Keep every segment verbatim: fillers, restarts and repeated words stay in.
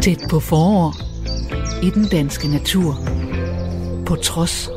Tæt på forår i den danske natur. På trods.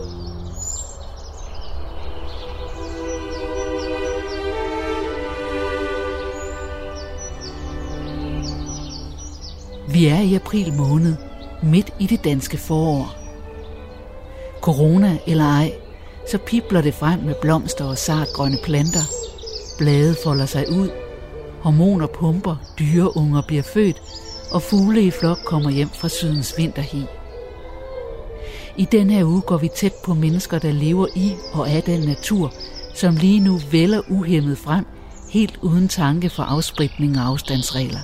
Vi er i april måned, midt i det danske forår. Corona eller ej, så pibler det frem med blomster og sartgrønne planter. Blade folder sig ud, hormoner pumper, dyreunger bliver født, og fugle i flok kommer hjem fra sydens vinterhi. I denne her uge går vi tæt på mennesker, der lever i og af den natur, som lige nu vælger uhæmmet frem, helt uden tanke for afspritning og afstandsregler.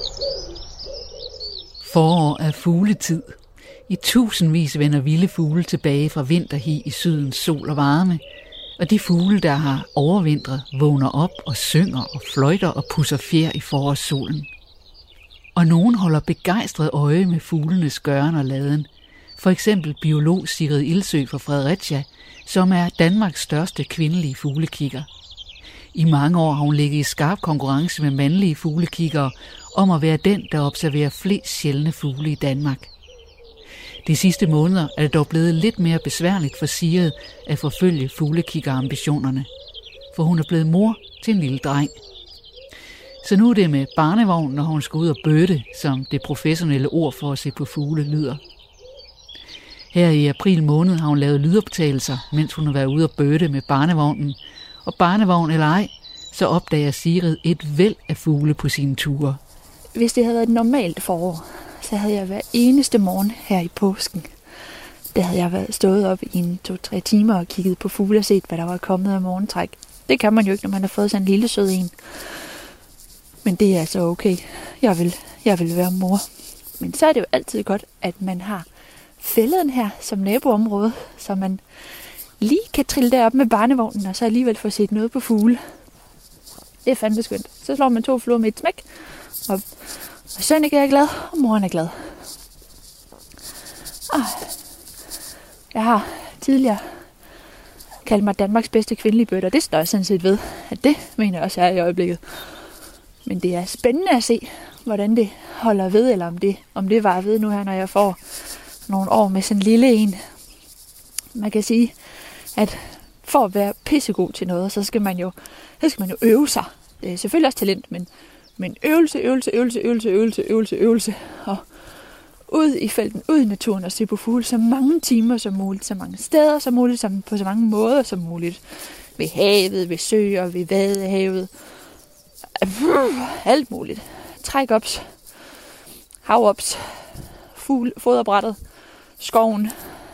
Forår er fugletid. I tusindvis vender vilde fugle tilbage fra vinterhi i sydens sol og varme, og de fugle, der har overvintret, vågner op og synger og fløjter og pusser fjer i forårssolen. Og nogen holder begejstret øje med fuglenes gøren og laden. For eksempel biolog Sigrid Ildsøe fra Fredericia, som er Danmarks største kvindelige fuglekigger. I mange år har hun ligget i skarp konkurrence med mandlige fuglekiggere om at være den, der observerer flest sjældne fugle i Danmark. De sidste måneder er det dog blevet lidt mere besværligt for Sigrid at forfølge fuglekiggerambitionerne, for hun er blevet mor til en lille dreng. Så nu er det med barnevogn, når hun skal ud og bøtte, som det professionelle ord for at se på fugle lyder. Her i april måned har hun lavet lydoptagelser, mens hun har været ude og bøtte med barnevognen. Og barnevogn eller ej, så opdager Sigrid et væld af fugle på sine ture. Hvis det havde været et normalt forår, så havde jeg hver eneste morgen her i påsken. Der havde jeg været stået op i en to-tre timer og kigget på fugle og set, hvad der var kommet af morgentræk. Det kan man jo ikke, når man har fået sådan en lille sød en. Men det er altså okay. Jeg vil, jeg vil være mor. Men så er det jo altid godt, at man har fælleden her som naboområde, så man lige kan trille derop med barnevognen, og så alligevel få set noget på fugle. Det er fandme skønt. Så slår man to fluer med et smæk, og, og sønnen er glad, og moren er glad. Ah. Jeg har tidligere kaldt mig Danmarks bedste kvindelige bøtter. Det står jeg sådan set ved, at det mener jeg også er i øjeblikket. Men det er spændende at se, hvordan det holder ved, eller om det, om det var ved nu her, når jeg får nogle år med sådan en lille en. Man kan sige, at for at være pissegod til noget, så skal man jo, så skal man jo øve sig. Det er selvfølgelig også talent, men, men øvelse, øvelse, øvelse, øvelse, øvelse, øvelse, øvelse. Og ud i felten, ud i naturen og se på fugle så mange timer som muligt, så mange steder som muligt, som på så mange måder som muligt. Ved havet, ved søer, ved vadehavet. Alt muligt. Trækops, havops, fugle, foderbrættet, skoven.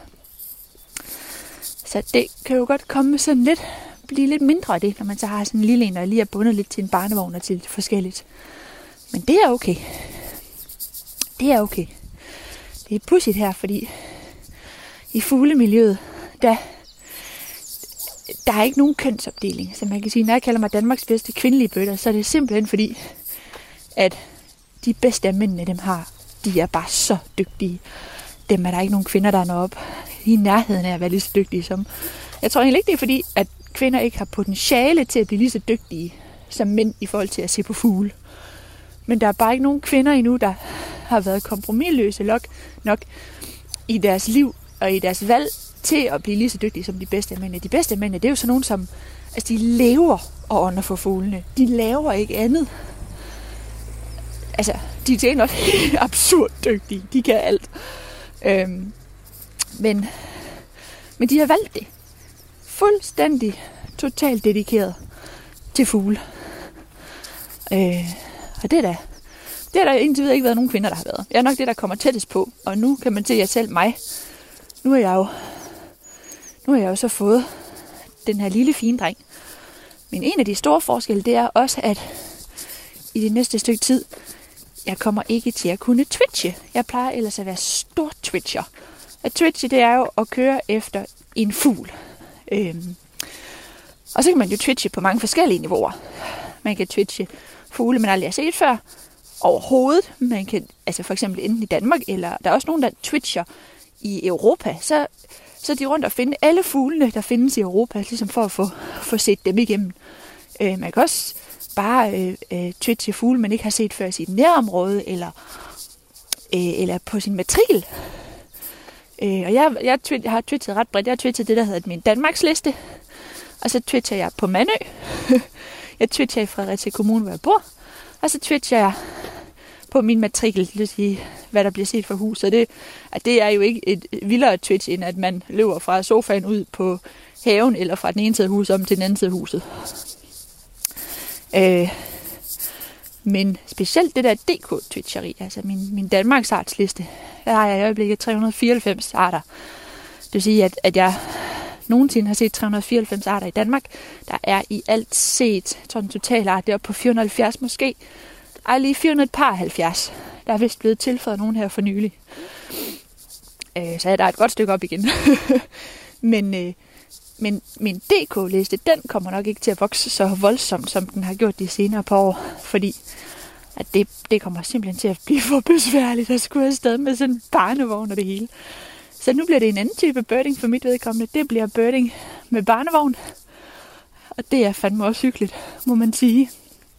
Så det kan jo godt komme sådan lidt, blive lidt mindre af det, når man så har sådan en lille en, og lige er bundet lidt til en barnevogn og til lidt forskelligt. Men det er okay. Det er okay. Det er pudsigt her, fordi i fuglemiljøet, der, der er ikke nogen kønsopdeling. Så man kan sige, når jeg kalder mig Danmarks bedste kvindelige bøtter, så er det simpelthen fordi, at de bedste af mændene, dem har, de er bare så dygtige. Dem er der ikke nogen kvinder, der når op i nærheden af at være lige så dygtige som. Jeg tror egentlig ikke, det er fordi, at kvinder ikke har potentiale til at blive lige så dygtige som mænd i forhold til at se på fugle. Men der er bare ikke nogen kvinder endnu, der har været kompromisløse nok, nok i deres liv og i deres valg til at blive lige så dygtige som de bedste mænd. De bedste mænd, det er jo sådan nogen, som altså, de lever og ånder for fuglene. De laver ikke andet. Altså, de er nok helt absurd dygtige. De kan alt. Øhm, men, men de har valgt det. Fuldstændig, totalt dedikeret til fugle. Øh, og det er da, det er der indtil videre ikke været nogen kvinder, der har været. Jeg er nok det, der kommer tættest på. Og nu kan man se, at jeg selv mig. Nu er jeg jo, nu har jeg jo så fået den her lille fine dreng. Men en af de store forskelle, det er også, at i det næste stykke tid, jeg kommer ikke til at kunne twitche. Jeg plejer ellers at være stor twitcher. At twitche, det er jo at køre efter en fugl. Øhm. Og så kan man jo twitche på mange forskellige niveauer. Man kan twitche fugle, man aldrig har set før. Overhovedet. Man kan, altså for eksempel enten i Danmark, eller der er også nogen, der twitcher i Europa. Så, så er de rundt og finde alle fuglene, der findes i Europa, ligesom for at få, få set dem igennem. Øh, man kan også bare øh, øh, twitche fugle, man ikke har set før i sit nærområde, eller øh, eller på sin matrikel. Øh, og jeg, jeg, twi- jeg har twitchet ret bredt. Jeg har twitchet det, der hedder min Danmarks liste. Og så twitcher jeg på Mandø. Jeg twitcher i Fredericia Kommune, hvor jeg bor. Og så twitcher jeg på min matrikel, det vil sige, hvad der bliver set fra huset. Det, at det er jo ikke et vildere twitch, end at man løber fra sofaen ud på haven, eller fra den ene side af huset om til den anden side af huset. Øh, men specielt det der D K-twitcheri, altså min, min Danmarks artsliste, der har jeg i øjeblikket tre hundrede og fireoghalvfems arter. Det vil sige, at, at jeg nogensinde har set tre hundrede og fireoghalvfems arter i Danmark. Der er i alt set, jeg tror den totale art, det er oppe på fire hundrede og halvfjerds måske. Ej, lige fire hundrede og halvfjerds. Der er vist blevet tilføjet nogen her for nylig. Øh, så er der et godt stykke op igen. men, øh, men min D K-liste, den kommer nok ikke til at vokse så voldsomt, som den har gjort de senere par år. Fordi at det, det kommer simpelthen til at blive for besværligt at skulle afsted med sådan en barnevogn og det hele. Så nu bliver det en anden type birding for mit vedkommende. Det bliver birding med barnevogn. Og det er fandme også hyggeligt, må man sige.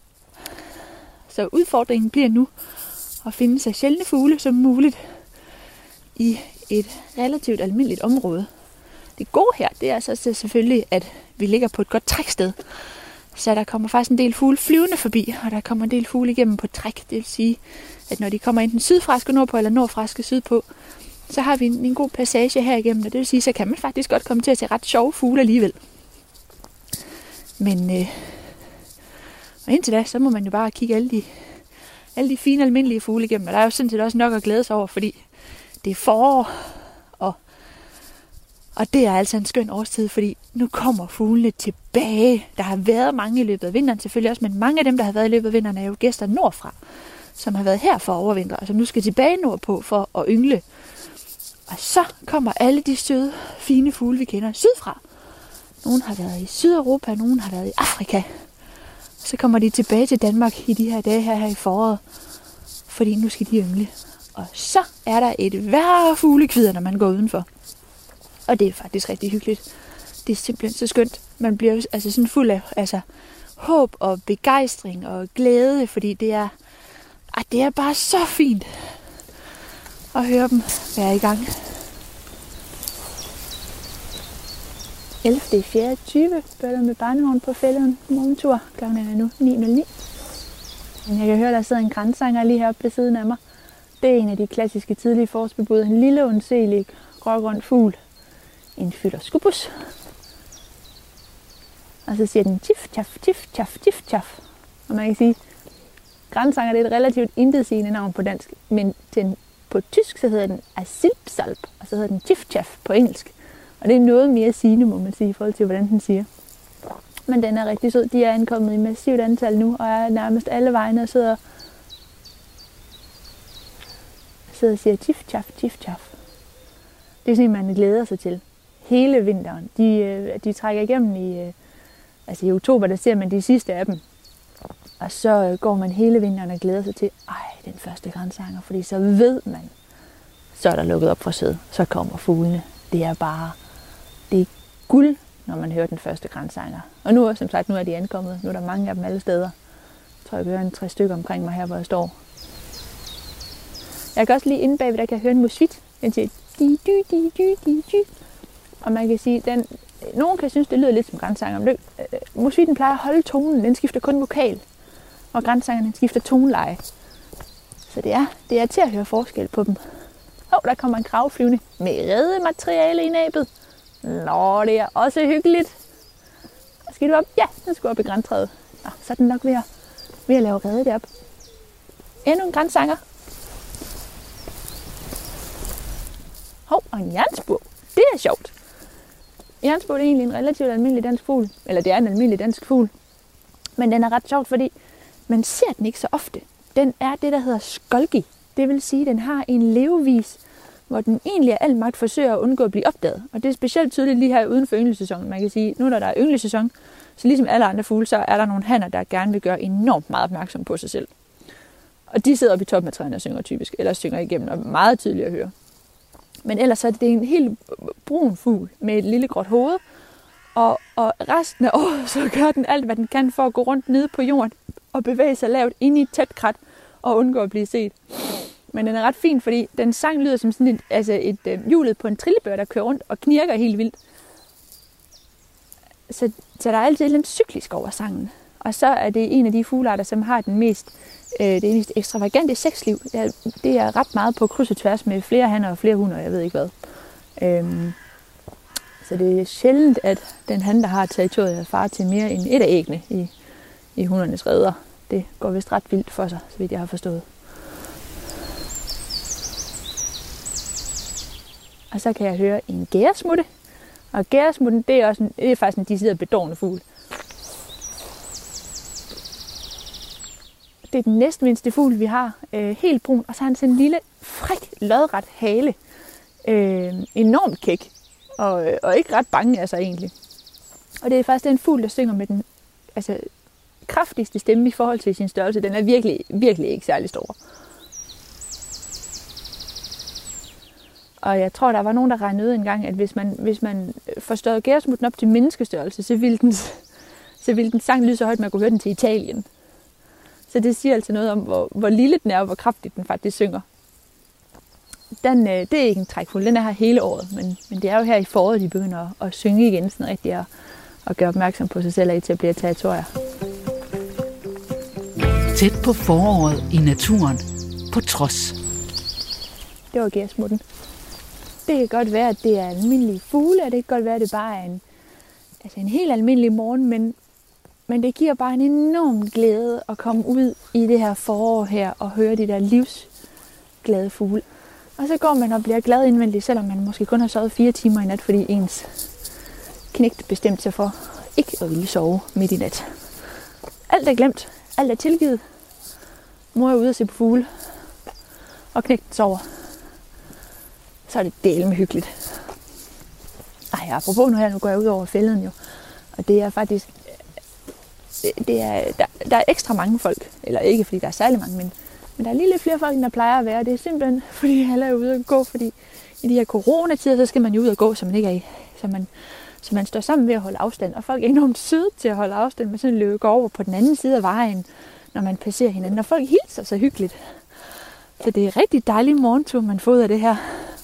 Så udfordringen bliver nu at finde så sjældne fugle som muligt i et relativt almindeligt område. Det gode her, det er så selvfølgelig, at vi ligger på et godt træksted. Så der kommer faktisk en del fugle flyvende forbi, og der kommer en del fugle igennem på træk. Det vil sige, at når de kommer enten sydfraske nordpå eller nordfraske sydpå, så har vi en, en god passage her igennem, og det vil sige, så kan man faktisk godt komme til at se ret sjove fugle alligevel. Men øh, og indtil da, så må man jo bare kigge alle de, alle de fine, almindelige fugle igennem. Og der er jo sådan set også nok at glæde sig over, fordi det er forår, og, og det er altså en skøn årstid, fordi nu kommer fuglene tilbage. Der har været mange i løbet af vinteren selvfølgelig også, men mange af dem, der har været i løbet af vinteren, er jo gæster nordfra, som har været her for at overvintre, og som nu skal tilbage nordpå for at yngle. Og så kommer alle de søde, fine fugle, vi kender sydfra. Nogle har været i Sydeuropa, nogle har været i Afrika. Så kommer de tilbage til Danmark i de her dage her, her i foråret, fordi nu skal de yngle. Og så er der et værre fuglekvider, når man går udenfor. Og det er faktisk rigtig hyggeligt. Det er simpelthen så skønt. Man bliver altså sådan fuld af altså, håb og begejstring og glæde, fordi det er, ah, det er bare så fint at høre dem være i gang. ellevte fjerde tyve bøtter med barnevogn på fælden morgentur. Klokken er nu ni nul ni. Jeg kan høre, der sidder en grænsanger lige heroppe ved siden af mig. Det er en af de klassiske tidlige forårsbebud. En lille, undselig, grågrøn fugl. En fylderskubus. Og så siger den tif, tjaf, tif, tjaf, tif, tjaf. Og man kan sige, grænsanger det er et relativt intetsigende navn på dansk, men den, på tysk så hedder den asilpsalp, og så hedder den tif, tjaf på engelsk. Og det er noget mere sigende, må man sige, i forhold til, hvordan den siger. Men den er rigtig sød. De er ankommet i massivt antal nu, og er nærmest alle vegne og sidder, sidder og siger tif, tjaf, tif, tjaf. Det er sådan, man glæder sig til hele vinteren. De, de trækker igennem i, altså i oktober, der ser man de sidste af dem. Og så går man hele vinteren og glæder sig til, ej, den første grænsanger, fordi så ved man, så er der lukket op for sæde, så kommer fuglene. Det er bare, det er guld, når man hører den første grænsanger. Og nu, som sagt, nu er de ankommet. Nu er der mange af dem alle steder. Jeg tror, jeg kan høre en tre stykker omkring mig her, hvor jeg står. Jeg kan også lige inde bagved, der kan jeg høre en musvit. Den siger, di, dy, di, dy, di, dy. Og man kan sige, den, nogen kan synes, det lyder lidt som grænsanger. Men øh, musvitten plejer at holde tonen. Den skifter kun vokal. Og grænsangeren skifter toneleje. Så det er, det er til at høre forskel på dem. Åh, oh, der kommer en kravflyvende med redemateriale i næbet. Nå, det er også hyggeligt. Skal du op? Ja, den skal op i græntræet. Nå, så er den nok ved at, ved at lave rede derop. Endnu en grænsanger. Hov, og en jernspur. Det er sjovt. Jernspur er egentlig en relativt almindelig dansk fugl. Eller det er en almindelig dansk fugl. Men den er ret sjovt, fordi man ser den ikke så ofte. Den er det, der hedder skolgi. Det vil sige, at den har en levevis, hvor den egentlig af al magt forsøger at undgå at blive opdaget. Og det er specielt tydeligt lige her uden for ynglesæsonen. Man kan sige, nu når der er ynglesæson, så ligesom alle andre fugle, så er der nogle hanner, der gerne vil gøre enormt meget opmærksom på sig selv. Og de sidder oppe i toppen af træerne og synger typisk, eller synger igennem, og meget tydeligt at høre. Men ellers så er det en helt brun fugl med et lille gråt hoved, og, og resten af året, så gør den alt, hvad den kan for at gå rundt nede på jorden og bevæge sig lavt ind i et tæt krat og undgå at blive set. Men den er ret fin, fordi den sang lyder som sådan et, altså et øh, hjulet på en trillebør, der kører rundt og knirker helt vildt. Så, så der er altid lidt cyklisk over sangen. Og så er det en af de fuglearter, som har den mest, øh, det mest ekstravagante sexliv. Det er, det er ret meget på kryds og tværs med flere hanner og flere hunder, jeg ved ikke hvad. Øhm, så det er sjældent, at den han, der har territoriet, er far til mere end et af æggene i, i hundernes reder. Det går vist ret vildt for sig, så vidt jeg har forstået. Og så kan jeg høre en gæresmutte. Og gæresmutten, det er, også en, det er faktisk en decideret bedårende fugl. Det er den næstmindste fugl, vi har. Øh, helt brun. Og så har han sådan en lille, frik, lodret hale. Øh, enormt kæk. Og, og ikke ret bange altså egentlig. Og det er faktisk den fugl, der synger med den altså, kraftigste stemme i forhold til sin størrelse. Den er virkelig, virkelig ikke særlig stor. Og jeg tror, der var nogen, der regnede ud engang, at hvis man, hvis man forstørrede gæresmutten op til menneskestørrelse, så ville den, så ville den sang lyde så højt, at man kunne høre den til Italien. Så det siger altså noget om, hvor, hvor lille den er, og hvor kraftigt den faktisk synger. Den, det er ikke en trækfugl, den er her hele året, men, men det er jo her i foråret, de begynder at, at synge igen, sådan rigtigt, og, og gøre opmærksom på sig selv og etablere territorier. Tæt på foråret i naturen, på trods. Det var gæresmutten. Det kan godt være, at det er almindelige fugle, og det kan godt være, at det bare er en, altså en helt almindelig morgen, men, men det giver bare en enorm glæde at komme ud i det her forår her og høre de der livsglade fugle. Og så går man og bliver glad indvendigt, selvom man måske kun har sovet fire timer i nat, fordi ens knægt bestemte sig for ikke at ville sove midt i nat. Alt er glemt. Alt er tilgivet. Mor er ude at se på fugle, og knægten sover. Så er det dælme hyggeligt. Ej, apropos nu her, nu går jeg ud over fælleden jo. Og det er faktisk, det er, der, der er ekstra mange folk. Eller ikke, fordi der er særlig mange, men, men der er lige lidt flere folk, end der plejer at være. Det er simpelthen, fordi alle er ude at gå, fordi i de her coronatider, så skal man jo ud og gå, så man ikke er i, så man, så man står sammen ved at holde afstand. Og folk er enormt søde til at holde afstand, men sådan løber over på den anden side af vejen, når man passerer hinanden. Og folk hilser så hyggeligt. Så det er en rigtig dejlig morgentur, man får ud af det her.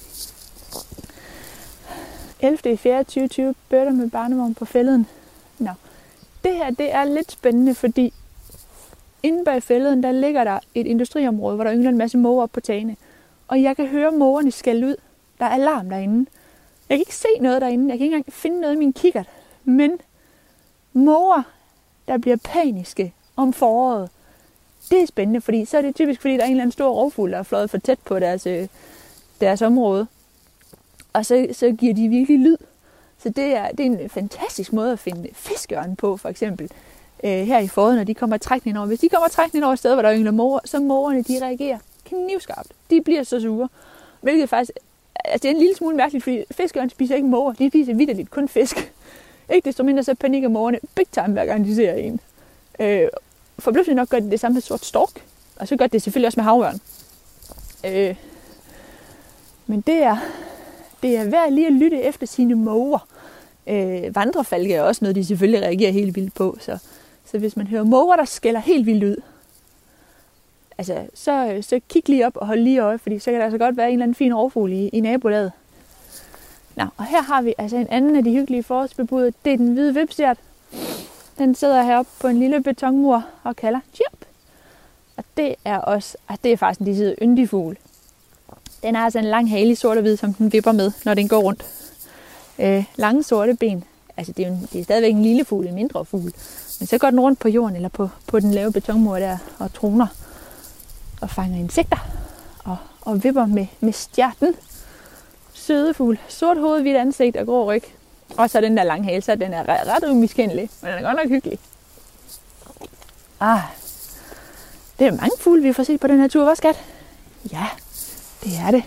ellevte fjerde tyve tyve bøtter med barnevogn på fælleden. Nå, det her det er lidt spændende, fordi inde bag fælleden, der ligger der et industriområde, hvor der yngler en masse måger op på tagene. Og jeg kan høre mågerne skælde ud. Der er alarm derinde. Jeg kan ikke se noget derinde. Jeg kan ikke engang finde noget i min kikkert. Men måger, der bliver paniske om foråret, det er spændende, fordi så er det typisk, fordi der er en eller anden stor rovfugl, der er fløjet for tæt på deres, deres område. Og så, så giver de virkelig lyd. Så det er, det er en fantastisk måde at finde fiskeørn på, for eksempel øh, her i foråret, når de kommer trækning over. Hvis de kommer trækning over et sted, hvor der yngler måger, så mågerne, de reagerer knivskarpt. De bliver så sure. Hvilket faktisk, altså det er en lille smule mærkeligt, fordi fiskeørn spiser ikke måger. De spiser vitterligt kun fisk. Ikke desto mindre så panikker mågerne big time, hver gang de ser en. Øh, Forbløffende nok gør det det samme med sort stork. Og så gør det selvfølgelig også med havørn. Øh, men det er... Det er værd lige at lytte efter sine måger. Øh, vandrefalke er også noget, de selvfølgelig reagerer helt vildt på. Så, så hvis man hører måger, der skælder helt vildt ud, altså, så, så kig lige op og hold lige øje, fordi så kan der altså godt være en eller anden fin rovfugl i, i nabolaget. Nå, og her har vi altså en anden af de hyggelige forårsbebudder. Det er den hvide vipstjert. Den sidder heroppe på en lille betonmur og kalder chirp. Og det er også, altså det er faktisk en decideret yndig fugl. Den har altså en lang hale i sort og hvid, som den vipper med, når den går rundt. Øh, lange sorte ben. Altså det er, jo en, det er stadigvæk en lille fugl, en mindre fugl. Men så går den rundt på jorden eller på, på den lave betonmur der og troner. Og fanger insekter. Og, og vipper med, med stjerten. Søde fugl. Sort hoved, hvidt ansigt og grå ryg. Og så den der lange hale, så den er ret, ret umiskendelig. Men den er godt nok hyggelig. Ah, det er mange fugle, vi får set på den her tur, hva' skat? Ja. Det er det.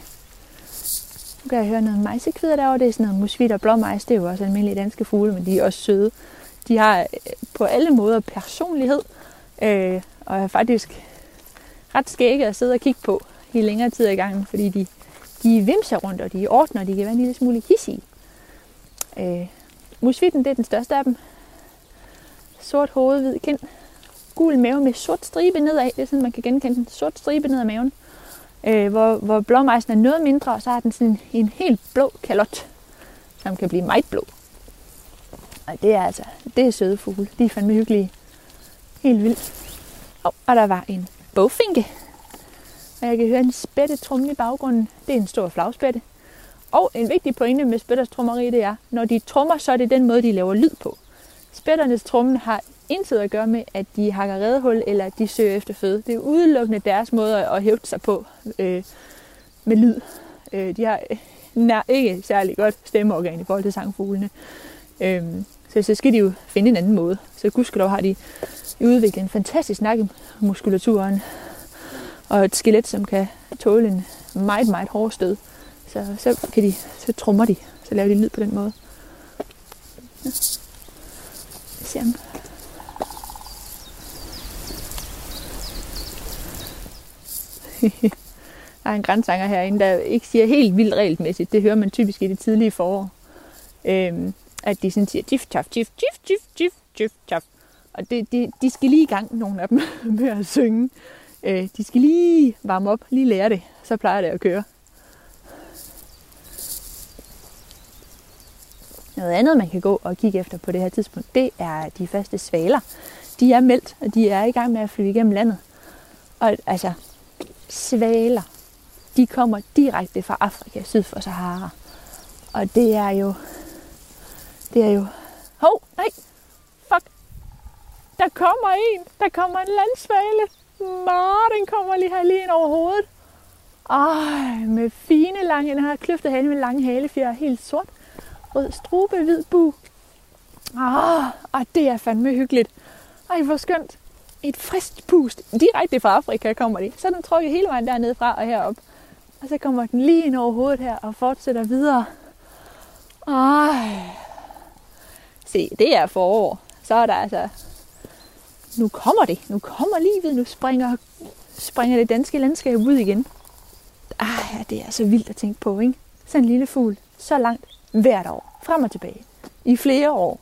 Nu kan jeg høre noget majsekvider derovre. Det er sådan noget musvit og blåmejs. Det er jo også almindelige danske fugle, men de er også søde. De har på alle måder personlighed. Øh, og er faktisk ret skægge at sidde og kigge på i længere tid ad gangen. Fordi de, de vimser rundt, og de ordner, og de kan være en lille smule hissige. Øh, musvitten, det er den største af dem. Sort hoved, hvid kind. Gul mave med sort stribe nedad. Det er sådan, man kan genkende den. Sort stribe ned ad maven. øh, hvor, hvor blåmejsen er noget mindre, og så har den sådan en, en helt blå kalot, som kan blive meget blå. Og det er altså, det er søde fugle. De er fandme hyggelige. Helt vildt. Oh, og der var en bogfinke. Og jeg kan høre en spætte trumle i baggrunden. Det er en stor flagspætte. Og en vigtig pointe med spætters trummeri, det er, når de trummer, så er det den måde, de laver lyd på. Spætternes trummen har intet at gøre med, at de hakker redehul, eller at de søger efter føde. Det er udelukkende deres måde at hævde sig på øh, med lyd. Øh, de har nær, ikke særlig godt stemmeorgan i forhold til sangfuglene. Øh, så, så skal de jo finde en anden måde. Så gudskelov har de udviklet en fantastisk nakkemuskulatur og et skelet, som kan tåle en meget, meget hård stød. Så, så, kan de, så trummer de, så laver de lyd på den måde. Ja. Se om. Der er en grænsanger herinde, der ikke siger helt vildt regelmæssigt. Det hører man typisk i det tidlige forår. Øhm, at de sådan siger tjif, tjaf, tjif, tjif, tjif, tjif, tjif, tjaf. Og det, de, de skal lige i gang, nogle af dem, med at synge. Øh, de skal lige varme op, lige lære det. Så plejer det at køre. Noget andet, man kan gå og kigge efter på det her tidspunkt, det er de første svaler. De er meldt, og de er i gang med at flyve igennem landet. Og altså, svaler, de kommer direkte fra Afrika, syd for Sahara. Og det er jo, det er jo, hov, nej, fuck, der kommer en, der kommer en landsvale. Nå, den kommer lige her lige ind over hovedet. Ej, med fine lange, den har kløftet hale med lange halefjer, helt sort. Rød strube, hvid bug. Ah, og det er fandme hyggeligt. Ej, hvor skønt. Et friskt pust. Direkte fra Afrika kommer de. Så er den trukket hele vejen dernede fra og herop. Og så kommer den lige ind over hovedet her og fortsætter videre. Ej. Se, det er forår. Så er der altså... Nu kommer det. Nu kommer livet. Nu springer, springer det danske landskab ud igen. Ej, det er så vildt at tænke på, ikke? Sådan en lille fugl. Så langt. Hvert år. Frem og tilbage. I flere år.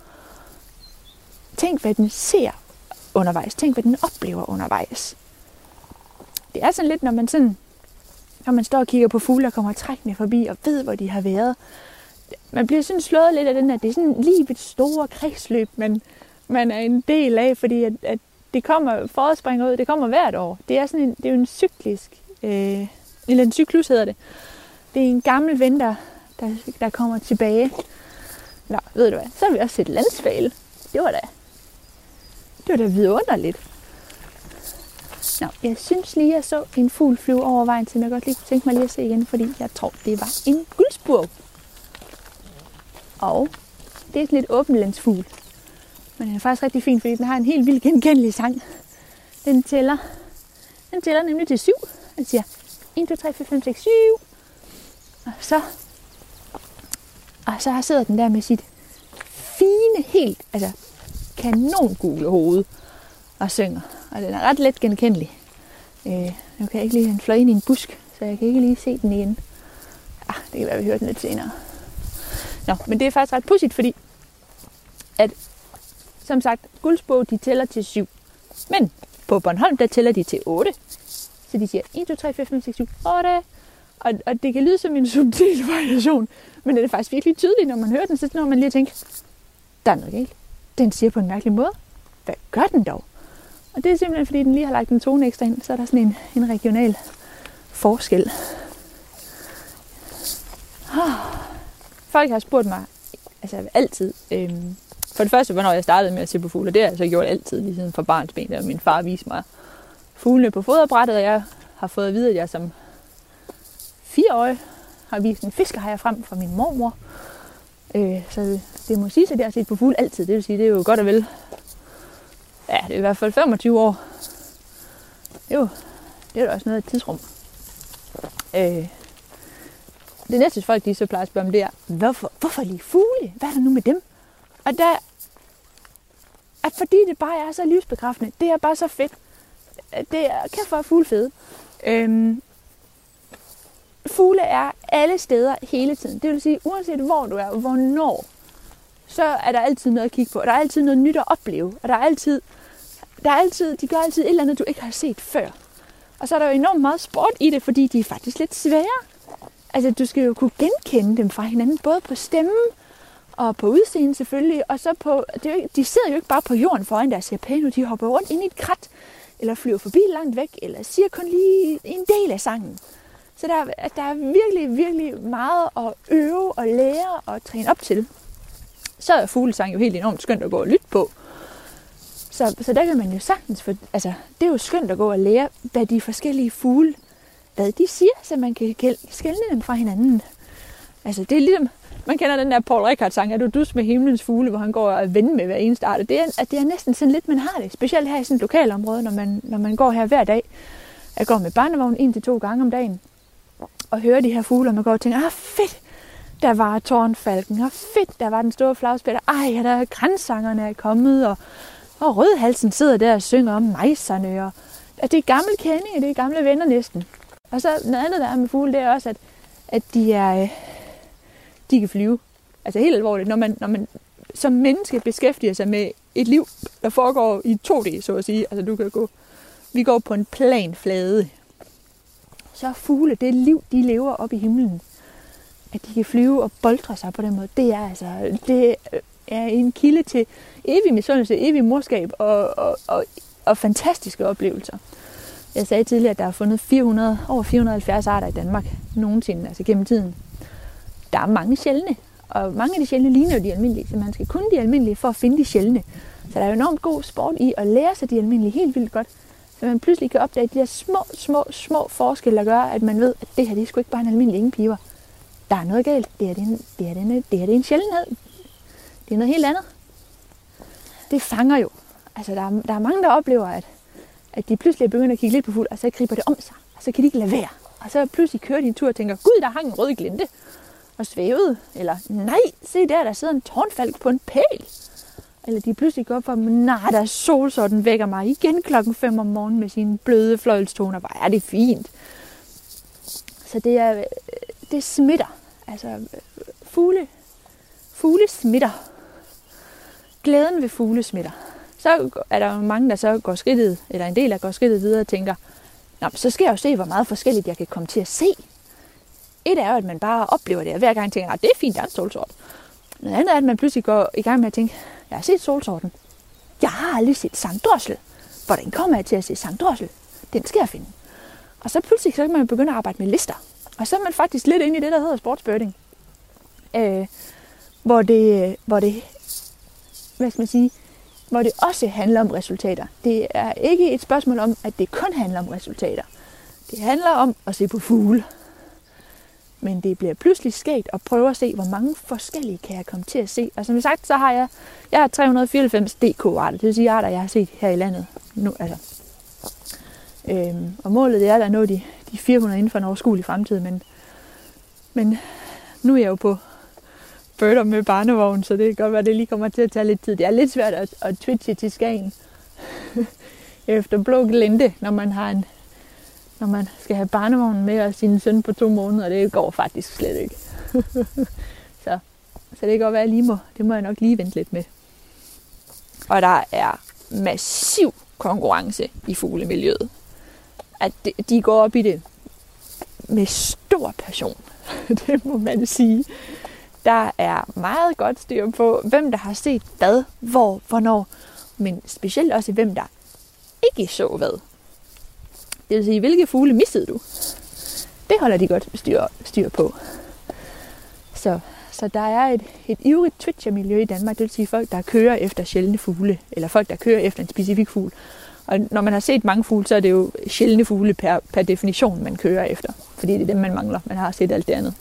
Tænk, hvad den ser undervejs. Tænk, hvad den oplever undervejs. Det er sådan lidt, når man sådan, når man står og kigger på fugle, der kommer trækkende forbi og ved, hvor de har været. Man bliver sådan slået lidt af den, at det er sådan livets store kredsløb, men man er en del af, fordi at, at det kommer, foråret springer ud, det kommer hvert år. Det er sådan en, det er jo en cyklisk, øh, eller en cyklus hedder det. Det er en gammel ven, der, der, der kommer tilbage. Nå, ved du hvad, så har vi også set landsvale. Det var da, det var da vidunderligt. Nå, jeg synes lige, jeg så en fugl flyve over vejen, som jeg godt lige kunne tænke mig lige at se igen, fordi jeg tror, det var en guldspurv. Og det er sådan lidt åbenlandsfugl. Men den er faktisk rigtig fin, fordi den har en helt vildt genkendelig sang. Den tæller, den tæller nemlig til syv. Den siger en, to, tre, fire, fem, seks, syv. Og så, og så sidder den der med sit fine, helt, altså kanongule hoved og synger. Og den er ret let genkendelig. Øh, nu kan jeg ikke lige, den fløj ind i en busk, så jeg kan ikke lige se den igen. Ah, det kan være, vi hører den lidt senere. Nå, men det er faktisk ret pudsigt, fordi at, som sagt, guldspurve, de tæller til syv. Men på Bornholm, der tæller de til otte. Så de siger en, to, tre, fire, fem, seks, syv, otte. Og, og det kan lyde som en subtil variation, men det er faktisk virkelig tydeligt, når man hører den, så når man lige tænker, der er noget galt. Den siger på en mærkelig måde. Hvad gør den dog? Og det er simpelthen, fordi den lige har lagt en tone ekstra ind, så er der sådan en, en regional forskel. Folk har spurgt mig, altså altid, øhm, for det første, hvornår jeg startede med at se på fugle, det har jeg så gjort altid, lige siden fra barnsben, der min far viste mig fuglene på foderbrættet, og jeg har fået at vide, at jeg som fireårig har vist en fiskehajer frem fra min mormor. Øh, så det må sige, at jeg har set på fugle altid. Det vil sige, det er jo godt og vel, ja, det er i hvert fald femogtyve år. Det er jo, det er jo også noget af et tidsrum. Øh, det næste folk, de så plejer at spørge om, det er, hvorfor, hvorfor lige fugle? Hvad er der nu med dem? Og der, at fordi det bare er så livsbekræftende, det er bare så fedt. Det er kæft for fugle fede. Øhm, fugle er alle steder hele tiden. Det vil sige, uanset hvor du er, hvornår, så er der altid noget at kigge på. Og der er altid noget nyt at opleve. Og der er altid, der er altid, de gør altid et eller andet, du ikke har set før. Og så er der jo enormt meget sport i det, fordi de er faktisk lidt svære. Altså, du skal jo kunne genkende dem fra hinanden, både på stemmen og på udseendet selvfølgelig. Og så på, det er jo ikke, de sidder jo ikke bare på jorden foran deres piano, de hopper rundt ind i et krat, eller flyver forbi langt væk, eller siger kun lige en del af sangen. Så der, der er virkelig, virkelig meget at øve og lære og træne op til. Så er fuglesang jo helt enormt skønt at gå og lytte på. Så, så der kan man jo sagtens, for, altså det er jo skønt at gå og lære, hvad de forskellige fugle, hvad de siger, så man kan skelne dem fra hinanden. Altså det er ligesom, man kender den der Paul Rickard sang, er du dus med himlens fugle, hvor han går og vender med hver eneste art. Og det er, at det er næsten sådan lidt, man har det. Specielt her i sådan et lokalområde, når man, når man går her hver dag. Jeg går med barnevogn en til to gange om dagen, og hører de her fugle, og man går og tænker, ah fedt, der var tårnfalken, og fedt, der var den store flagspætter, ej, ja, der er grænsangerne er kommet, og, og rødhalsen sidder der og synger om mejserne, og at det er gamle kendinge, det er gamle venner næsten. Og så noget andet, der er med fugle, det er også, at, at de, er, de kan flyve. Altså helt alvorligt, når man, når man som menneske beskæftiger sig med et liv, der foregår i to D, så at sige. Altså du kan gå, vi går på en plan flade. Så fugle, det liv, de lever op i himlen. At de kan flyve og boltre sig på den måde, det er altså, det er en kilde til evig misundelse, evig morskab og, og, og, og fantastiske oplevelser. Jeg sagde tidligere, at der er fundet fire hundrede, over fire hundrede og halvfjerds arter i Danmark nogensinde, altså gennem tiden. Der er mange sjældne, og mange af de sjældne ligner jo de almindelige, så man skal kunne de almindelige for at finde de sjældne. Så der er jo enormt god sport i at lære sig de almindelige helt vildt godt, så man pludselig kan opdage de her små, små, små forskelle, der gør, at man ved, at det her det er sgu ikke bare en almindelig ingenpiver. Der er noget galt. Det her det er en, det her, det er en, det her, det er en sjældenhed. Det er noget helt andet. Det fanger jo. Altså, der er, der er mange, der oplever, at, at de pludselig er begyndt at kigge lidt på fugl, og så griber det om sig, og så kan de ikke lade være. Og så pludselig kører de en tur og tænker, gud, der hang en rød glinte og svævede. Eller, nej, se der, der sidder en tårnfalk på en pæl. Eller de pludselig går op for, nej, der er solsorten vækker mig igen klokken fem om morgenen med sine bløde fløjlstoner. Hvor er det fint. Så det er, det smitter. Altså, fugle, fugle smitter. Glæden ved fugle smitter. Så er der jo mange, der så går skridtet, eller en del, der går skridtet videre og tænker, nå, så skal jeg jo se, hvor meget forskelligt jeg kan komme til at se. Et er jo, at man bare oplever det, og hver gang tænker, at det er fint, der er en solsort. Noget andet er, at man pludselig går i gang med at tænke, jeg har set solsorten. Jeg har aldrig set sangdrossel. Hvordan kommer jeg til at se sangdrossel? Den skal jeg finde. Og så pludselig så kan man begynde at arbejde med lister. Og så er man faktisk lidt inde i det, der hedder sportsbirding. Øh, hvor, det, hvor det, hvad skal man sige, hvor det også handler om resultater. Det er ikke et spørgsmål om, at det kun handler om resultater. Det handler om at se på fugle. Men det bliver pludselig skægt at prøve at se, hvor mange forskellige kan jeg komme til at se. Og som sagt, så har jeg, jeg har tre hundrede og fireoghalvfems D K-arter. Det vil sige arter, jeg har set her i landet nu. Altså. Øhm, og målet det er at nå de, de fire hundrede inden for en overskuelig fremtid. Men, men nu er jeg jo på birder med barnevogn, så det kan godt være, at det lige kommer til at tage lidt tid. Det er lidt svært at, at twitche til Skagen efter blå glente, når man har en når man skal have barnevognen med og sin søn på to måneder, det går faktisk slet ikke. så, så det kan godt være, at jeg lige må, det må jeg nok lige vente lidt med. Og der er massiv konkurrence i fuglemiljøet. At de, de går op i det med stor passion. Det må man sige. Der er meget godt styr på, hvem der har set hvad, hvor, hvornår. Men specielt også, hvem der ikke så hvad. Det vil sige, hvilke fugle missede du? Det holder de godt styr, styr på. Så, så der er et, et ivrigt twitcher-miljø i Danmark. Det vil sige folk, der kører efter sjældne fugle. Eller folk, der kører efter en specifik fugl. Og når man har set mange fugle, så er det jo sjældne fugle per, per definition, man kører efter. Fordi det er dem, man mangler. Man har set alt det andet.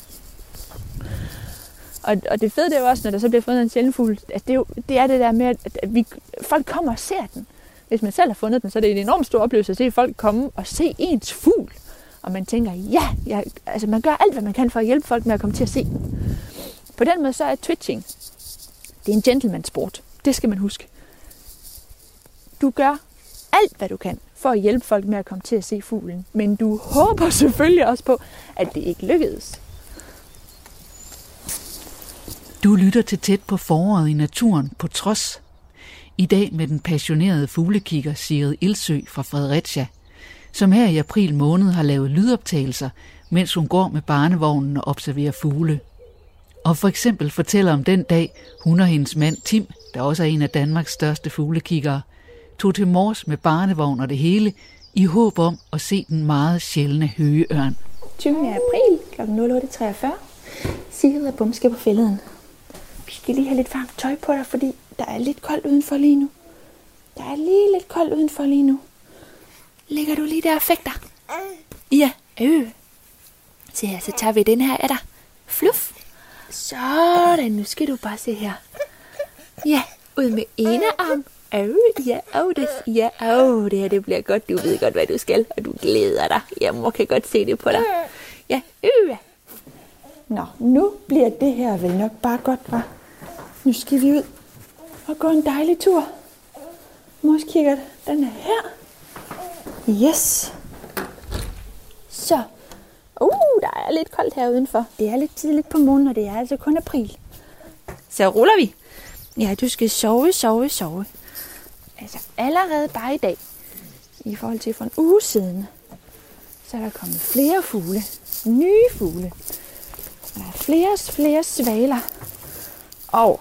Og, og det fede det er jo også, når der så bliver fundet en sjælden fugl, at det, er jo, det er det der med, at vi, folk kommer og ser den. Hvis man selv har fundet den, så er det en enormt stor oplevelse at se folk komme og se ens fugl. Og man tænker, ja, jeg, altså man gør alt, hvad man kan for at hjælpe folk med at komme til at se den. På den måde så er twitching, det er en gentleman-sport. Det skal man huske. Du gør alt, hvad du kan for at hjælpe folk med at komme til at se fuglen. Men du håber selvfølgelig også på, at det ikke lykkedes. Du lytter til Tæt på foråret i naturen på Trods. I dag med den passionerede fuglekigger Sigrid Ildsøe fra Fredericia. som her i april måned har lavet lydoptagelser, mens hun går med barnevognen og observerer fugle. Og for eksempel fortæller om den dag, hun og hendes mand Tim, der også er en af Danmarks største fuglekiggere, tog til Mors med barnevogn og det hele, i håb om at se den meget sjældne høgeørn. tyvende april kl. nul otte treogfyrre. Sigrid og Bum skal på fælleden. Vi skal lige have lidt varmt tøj på dig, fordi der er lidt koldt udenfor lige nu. Der er lige lidt koldt udenfor lige nu. Ligger du lige der og fægter? Ja, øh. Se her, så tager vi den her af dig. Fluff. Sådan, nu skal du bare se her. Ja, ud med ene arm. Øh, ja, åh, det, ja, åh, det her det bliver godt. Du ved godt, hvad du skal, og du glæder dig. Jeg mor kan godt se det på dig. Ja, øh. Nå, nu bliver det her vel nok bare godt, hva'? Nu skal vi ud og gå en dejlig tur. Mors kikkert, den er her. Yes. Så. Uh, der er lidt koldt her udenfor. Det er lidt tidligt på morgenen, og det er altså kun april. Så ruller vi. Ja, du skal sove, sove, sove. Altså allerede bare i dag, i forhold til for en uge siden, så er der kommet flere fugle. Nye fugle. Der er flere flere svaler. Og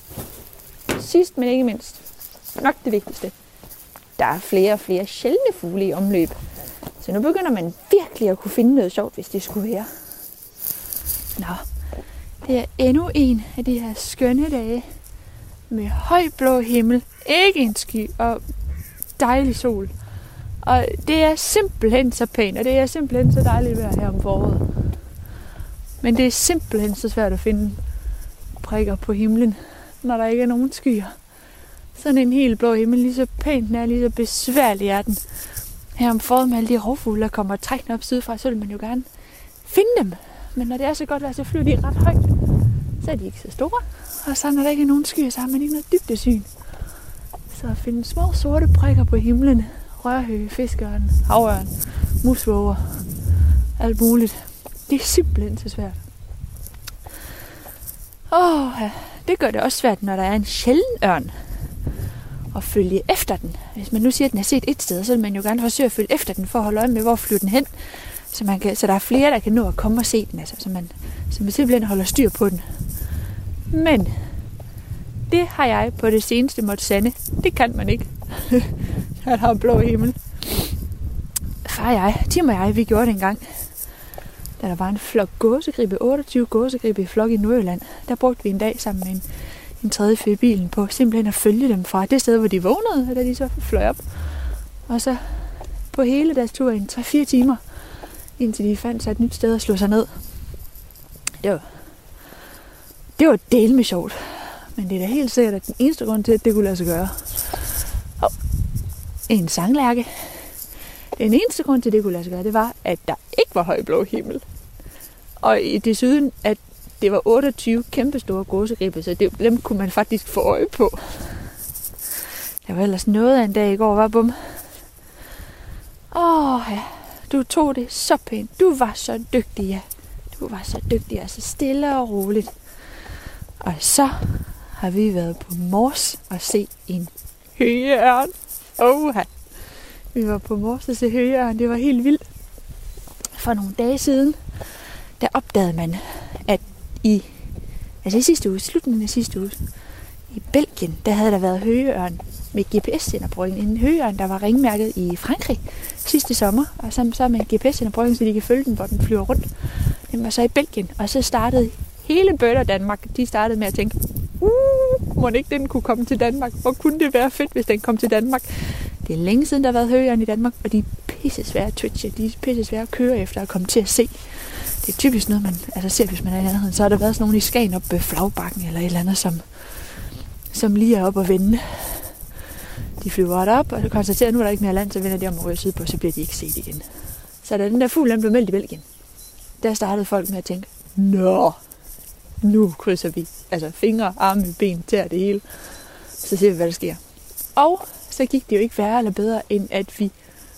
sidst, men ikke mindst, nok det vigtigste, der er flere og flere sjældne fugle i omløb. Så nu begynder man virkelig at kunne finde noget sjovt, hvis det skulle være. Nå, det er endnu en af de her skønne dage med høj blå himmel, ikke en sky og dejlig sol. Og det er simpelthen så pænt, og det er simpelthen så dejligt vejr her om foråret. Men det er simpelthen så svært at finde prikker på himlen, når der ikke er nogen skyer. Sådan en helt blå himmel, lige så pænt den er, lige så besværlig er den. Her om foråret med alle de rovfugle, der kommer trækkende op sydfra, så vil man jo gerne finde dem. Men når det er så godt vejr, så flyver de ret højt. Så er de ikke så store. Og så når der ikke er nogen skyer, så har man ikke noget dybdesyn. Så at finde små sorte prikker på himlen, rørhøge, fiskeørn, havørn, musvåger, alt muligt. Det er simpelthen så svært. Åh, ja. Det gør det også svært, når der er en sjælden ørn. At følge efter den. Hvis man nu siger, at den er set et sted, så vil man jo gerne forsøge at følge efter den, for at holde øje med, hvor flyver den hen. Så, man kan, så der er flere, der kan nå at komme og se den. Altså, så, man, så man simpelthen holder styr på den. Men det har jeg på det seneste måtte sande. Det kan man ikke. Der har blå himmel. Far og jeg, Tim og jeg, vi gjorde det engang. Da der var en flok gåsegribe, otteogtyve gåsegribe i flok i Nordjylland, der brugte vi en dag sammen med en, en tredje fyr i bilen på simpelthen at følge dem fra det sted, hvor de vågnede, og da de så fløj op. Og så på hele deres tur i en tre fire timer, indtil de fandt sig et nyt sted at slå sig ned. Det var, det var delme sjovt. Men det er da helt sikkert, at den eneste grund til, at det kunne lade sig gøre. Og en sanglærke. Den eneste grund til, at det kunne lade sig gøre, det var, at der ikke var højblå himmel. Og desuden, at det var otteogtyve kæmpestore gåsegribe, så det, dem kunne man faktisk få øje på. Der var ellers noget af en dag i går, var Bum. Åh ja, du tog det så pænt. Du var så dygtig, ja. Du var så dygtig, altså stille og roligt. Og så har vi været på Mors og se en høgeørn. Åh, vi var på Mors og se høgeørn. Det var helt vildt. For nogle dage siden, der opdagede man, at i, altså i sidste uge, slutningen af sidste uge, i Belgien, der havde der været høgeørn med G P S-senderbrygning. En høgeørn, der var ringmærket i Frankrig sidste sommer, og sammen så med en G P S-senderbrygning, så de kan følge den, hvor den flyver rundt. Den var så i Belgien, og så startede hele Bøtter Danmark, de startede med at tænke, uh, må ikke den kunne komme til Danmark? Hvor kunne det være fedt, hvis den kom til Danmark? Det er længe siden, der har været høgeørn i Danmark, og de er pisse svære at twitche, de er pisse svære at køre efter at komme til at se. Det er typisk noget, man altså ser, hvis man er i nærheden. Så har der været sådan nogle i Skagen op ved Flagbakken, eller et eller andet, som, som lige er op og vende. De flyver ret op, og så konstaterer, at nu er der ikke mere land, så vender de om og ryger sydpå, så bliver de ikke set igen. Så da den der fugl, den blev meldt i Belgien, der startede folk med at tænke, nå, nu krydser vi altså fingre, arme, ben, tæer det hele. Så ser vi, hvad der sker. Og så gik det jo ikke værre eller bedre, end at vi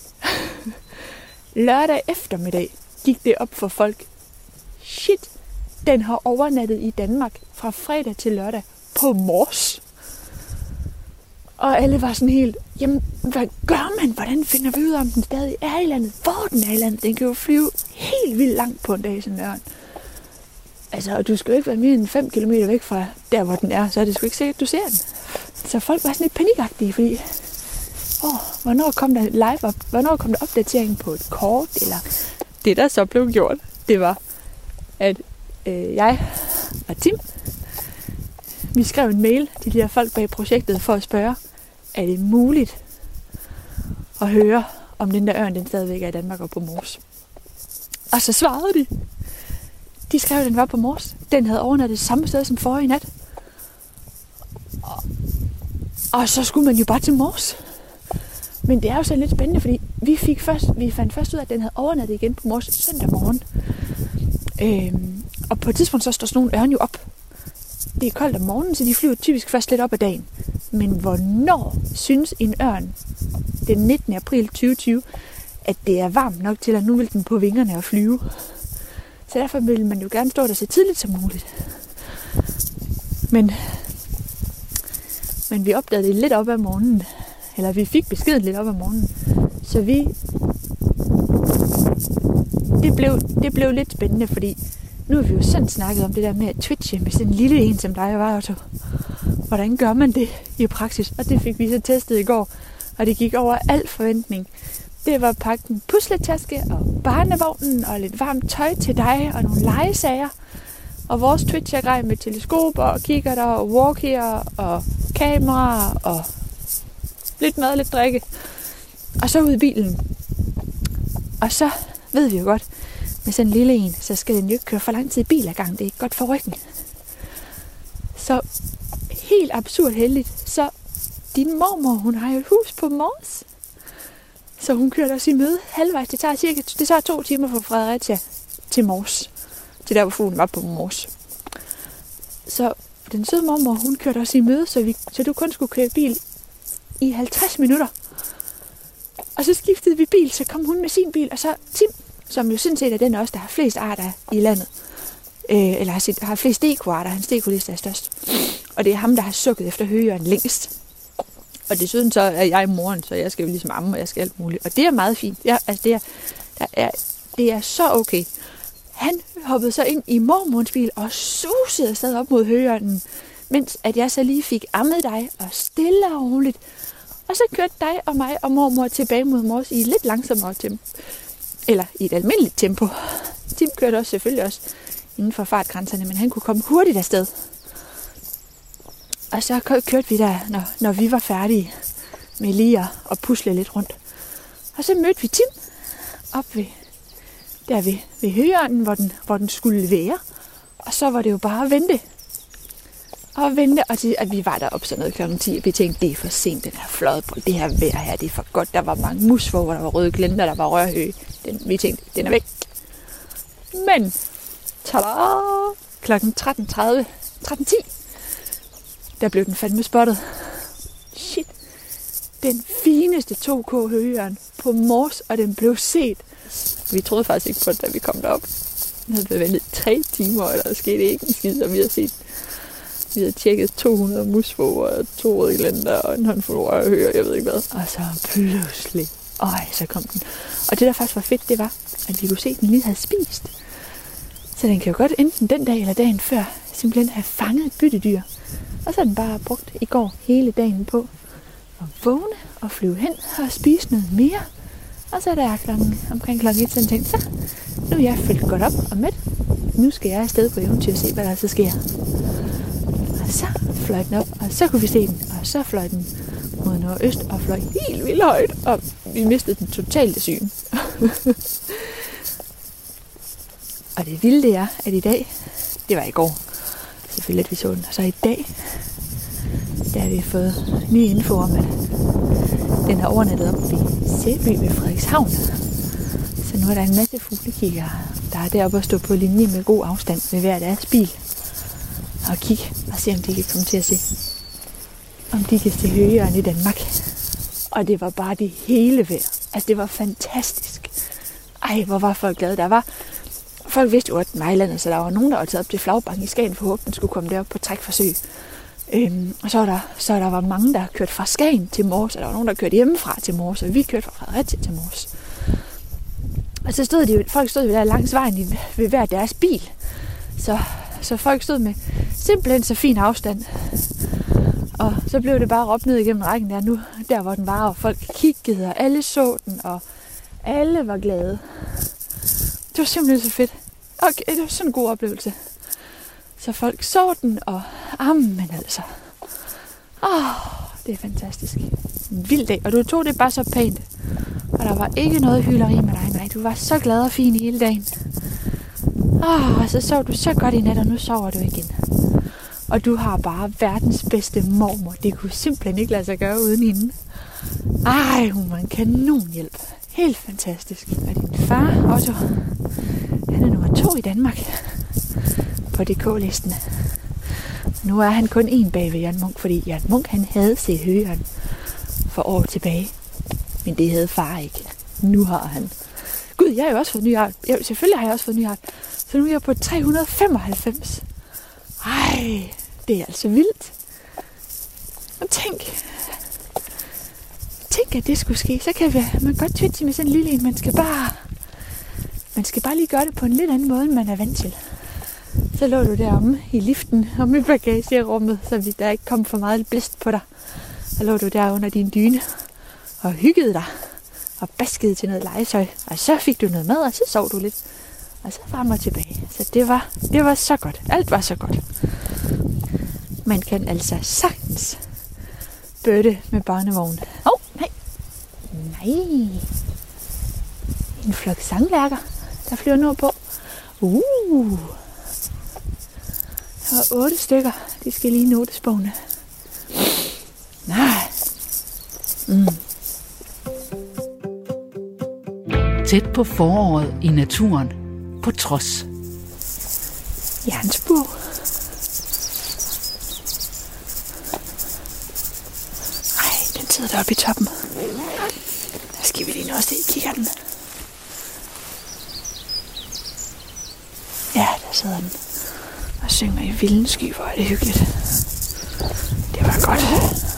lørdag eftermiddag gik det op for folk. Shit, den har overnattet i Danmark fra fredag til lørdag på Mors. Og alle var sådan helt, jamen, hvad gør man? Hvordan finder vi ud af, om den stadig er i landet? Hvor den er i landet? Den kan jo flyve helt vildt langt på en dag, sådan en ørn. Altså, og du skal jo ikke være mere end fem kilometer væk fra der, hvor den er, så er det sgu ikke sikkert, at du ser den. Så folk var sådan lidt panikagtige, fordi, åh, hvornår kom der live op? Hvornår kom der opdatering på et kort? Eller det, der så blev gjort, det var, at øh, jeg og Tim, vi skrev en mail til de her folk bag projektet for at spørge, er det muligt at høre, om den der ørn, den stadigvæk er i Danmark og på Mors? Og så svarede de. De skrev, at den var på Mors. Den havde overnattet samme sted som forrige nat. Og, og så skulle man jo bare til Mors. Men det er jo så lidt spændende, fordi vi, fik først, vi fandt først ud af, at den havde overnattet igen på Mors søndag morgen. Øhm, og på et tidspunkt så står sådan nogle ørn jo op. Det er koldt om morgenen, så de flyver typisk først lidt op ad dagen. Men hvornår synes en ørn den nittende april tyve tyve, at det er varmt nok til, at nu vil den på vingerne og flyve? Så derfor vil man jo gerne stå der så tidligt som muligt. Men, men vi opdagede det lidt op ad morgenen. Eller vi fik beskeden lidt op ad morgenen. Så vi... Det blev, det blev lidt spændende, fordi nu har vi jo sådan snakket om det der med at twitche med sådan en lille en som dig og var, Otto. Hvordan gør man det i praksis? Og det fik vi så testet i går. Og det gik over al forventning. Det var at pakke en pusletaske og barnevognen og lidt varmt tøj til dig og nogle legesager. Og vores Twitch-grej med teleskoper og kikkerter og walkier og kameraer og lidt mad og lidt drikke. Og så ud i bilen. Og så ved vi jo godt, med sådan en lille en, så skal den jo ikke køre for lang tid i bil ad gang. Det er ikke godt for ryggen. Så helt absurd heldigt, så din mormor, hun har jo et hus på Mors. Så hun kørte også i møde halvvejs. Det tager cirka det tager to timer fra Fredericia til Mors. Til der, hvor fuglen var på Mors. Så den søde mormor, hun kørte også i møde, så, vi, så du kun skulle køre bil i halvtreds minutter. Og så skiftede vi bil, så kom hun med sin bil, og så Tim, som jo sådan set er den også, der har flest arter i landet. Øh, eller har, sit, har flest dekoarter, hans dekoliste er størst. Og det er ham, der har sukket efter højeren længst. Og desuden så er jeg moren, så jeg skal jo ligesom amme, og jeg skal alt muligt. Og det er meget fint. Ja, altså det er, der er, det er så okay. Han hoppede så ind i mormorens bil og susede afsted op mod højeren, mens at jeg så lige fik ammet dig og stille og roligt. Og så kørte dig og mig og mormor tilbage mod Mors i et lidt langsommere tempo. Eller i et almindeligt tempo. Tim kørte også selvfølgelig også inden for fartgrænserne, men han kunne komme hurtigt afsted. Og så kørte vi der, når, når vi var færdige med lige at pusle lidt rundt. Og så mødte vi Tim op ved, der ved, ved højørnen, hvor den, hvor den skulle være. Og så var det jo bare at vente. Og vente, og til, at vi var deroppe sådan noget klokken ti, og vi tænkte, det er for sent, den her fløjet på det her vejr her, det er for godt. Der var mange musvåger, der var røde glenter, der var rørhøge. Den, vi tænkte, den er væk. Men, tada, klokken tretten tredive, tretten ti, der blev den fandme spottet. Shit, den fineste to K højørn på Mors, og den blev set. Vi troede faktisk ikke på det, da vi kom derop. Vi havde ventet tre timer, og der skete ikke en skid, og vi havde set. Vi havde tjekket to hundrede musvåger, og to røde glenter, og en håndfuld rørhøger, jeg ved ikke hvad. Og så pludselig, øj, så kom den. Og det, der faktisk var fedt, det var, at vi kunne se, at den lige havde spist. Så den kan jo godt enten den dag eller dagen før simpelthen have fanget et byttedyr. Og så har den bare brugt i går hele dagen på at vågne og flyve hen og spise noget mere. Og så er der klokken, omkring klokken et, så den tænkte, så nu er jeg fyldt godt op og mæt. Nu skal jeg afsted på eventyr og se, hvad der så sker. Og så fløj den op, og så kunne vi se den. Og så fløj den mod nordøst og fløj helt vildt højt. Og vi mistede den totalt af syn. Og det vilde det er, at i dag, det var i går, selvfølgelig at vi så den. Og så i dag, der har vi fået ny info om, at den har overnattet op i Sæby ved Frederikshavn. Så nu er der en masse fuglekigger, der er deroppe at stå på linje med god afstand ved hver deres bil. Og kigge og se, om de kan komme til at se, om de kan se højeren i Danmark. Og det var bare det hele værd. Altså det var fantastisk. Ej, hvor var folk glade. Der var, folk vidste jo, at den var i landet, så der var nogen, der var taget op til Flagbank i Skagen for at håbe, den skulle komme derop på trækforsøg. Øhm, og så var der, så der var mange, der kørte fra Skagen til Mors, og der var nogen, der kørte hjemmefra til Mors, og vi kørte fra Fredericia til Mors. Og så stod de, folk stod der langs vejen ved hver deres bil. Så, så folk stod med simpelthen så fin afstand. Og så blev det bare råbt ned igennem rækken der nu, der hvor den var, og folk kiggede, og alle så den, og alle var glade. Det var simpelthen så fedt. Okay, det var sådan en god oplevelse. Så folk så den, og amen altså. Åh, det er fantastisk. En vild dag, og du tog det bare så pænt. Og der var ikke noget hykleri med dig, nej. Du var så glad og fin hele dagen. Åh, og så sov du så godt i nat, og nu sover du igen. Og du har bare verdens bedste mormor. Det kunne simpelthen ikke lade sig gøre uden hende. Ej, hun var en kanon hjælp. Helt fantastisk. Og din far, Otto, han er nummer to i Danmark på D K-listen. Nu er han kun en bag ved Jan Munk, fordi Jan Munk, han havde set Høgeren for år tilbage. Men det havde far ikke. Nu har han. Gud, jeg har jo også fået ny art. Ja, selvfølgelig har jeg også fået ny art. Så nu er jeg på tre hundrede og femoghalvfems. Ej, det er altså vildt. Og tænk, tænk at det skulle ske. Så kan vi, man godt twitche med sådan en lille en. Man skal bare, man skal bare lige gøre det på en lidt anden måde, end man er vant til. Så lå du deromme i liften, om i bagagerummet, så vi der ikke kom for meget blæst på dig. Så lå du der under din dyne og hyggede dig og baskede til noget legetøj. Og så fik du noget mad, og så sov du lidt. Og så frem og tilbage. Så det var, det var så godt. Alt var så godt. Man kan altså sagtens bøtte med barnevogn. Åh, oh, nej. Nej. En flok sanglærker, der flyver nordpå. Uh. Der var otte stykker. De skal lige notesbogene. Nej. Mm. Tæt på foråret i naturen. På trods. Jernsbue. Ej, den sidder deroppe i toppen. Der skal vi lige nå at se kikkerten. Ja, der sidder den. Og synger i vilden sky, hvor er det hyggeligt. Det var godt.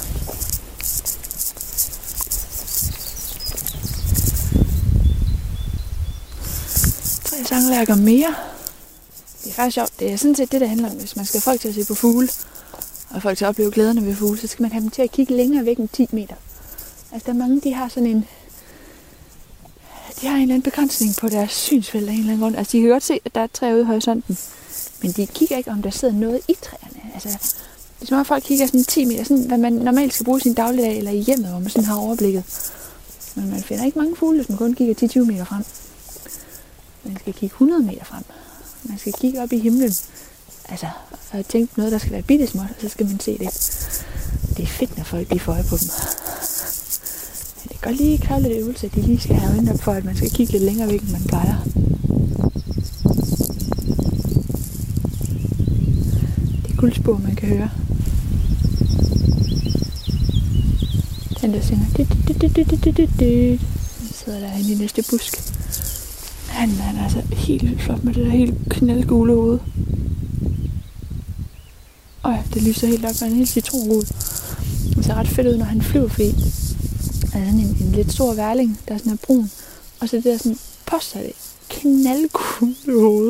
Tre sanglærker mere. Det er faktisk sjovt. Det er sådan set det, der handler om, hvis man skal have folk til at se på fugle, og folk til at opleve glæderne ved fugle, så skal man have dem til at kigge længere væk end ti meter. Altså, der er mange, de har sådan en... De har en eller anden begrænsning på deres synsfelt af en eller anden grund. Altså, de kan godt se, at der er et træ ude i horisonten. Men de kigger ikke, om der sidder noget i træerne. Altså, det er som om folk kigger sådan ti meter, sådan, hvad man normalt skal bruge sin dagligdag, eller i hjemmet, hvor man sådan har overblikket. Men man finder ikke mange fugle, hvis man kun kigger ti til tyve meter frem. Man skal kigge hundrede meter frem. Man skal kigge op i himlen. Altså, og tænke noget, der skal være bittesmåt, og så skal man se det. Det er fedt, når folk lige får øje på dem. Men det kan godt lige kræve lidt øvelse, at de lige skal have øjnene op for, at man skal kigge lidt længere væk, end man plejer. Det er guldspor, man kan høre. Den der synger. Den sidder derhen i næste busk. Han, han er altså helt vildt flot med det der helt knaldgule hoved. Og ja, det lyser helt op, han er helt citrongul. Det ser ret fedt ud, når han flyver, fordi er sådan en, en lidt stor værling, der sådan er brun. Og så det der sådan påsatte knaldgule hoved.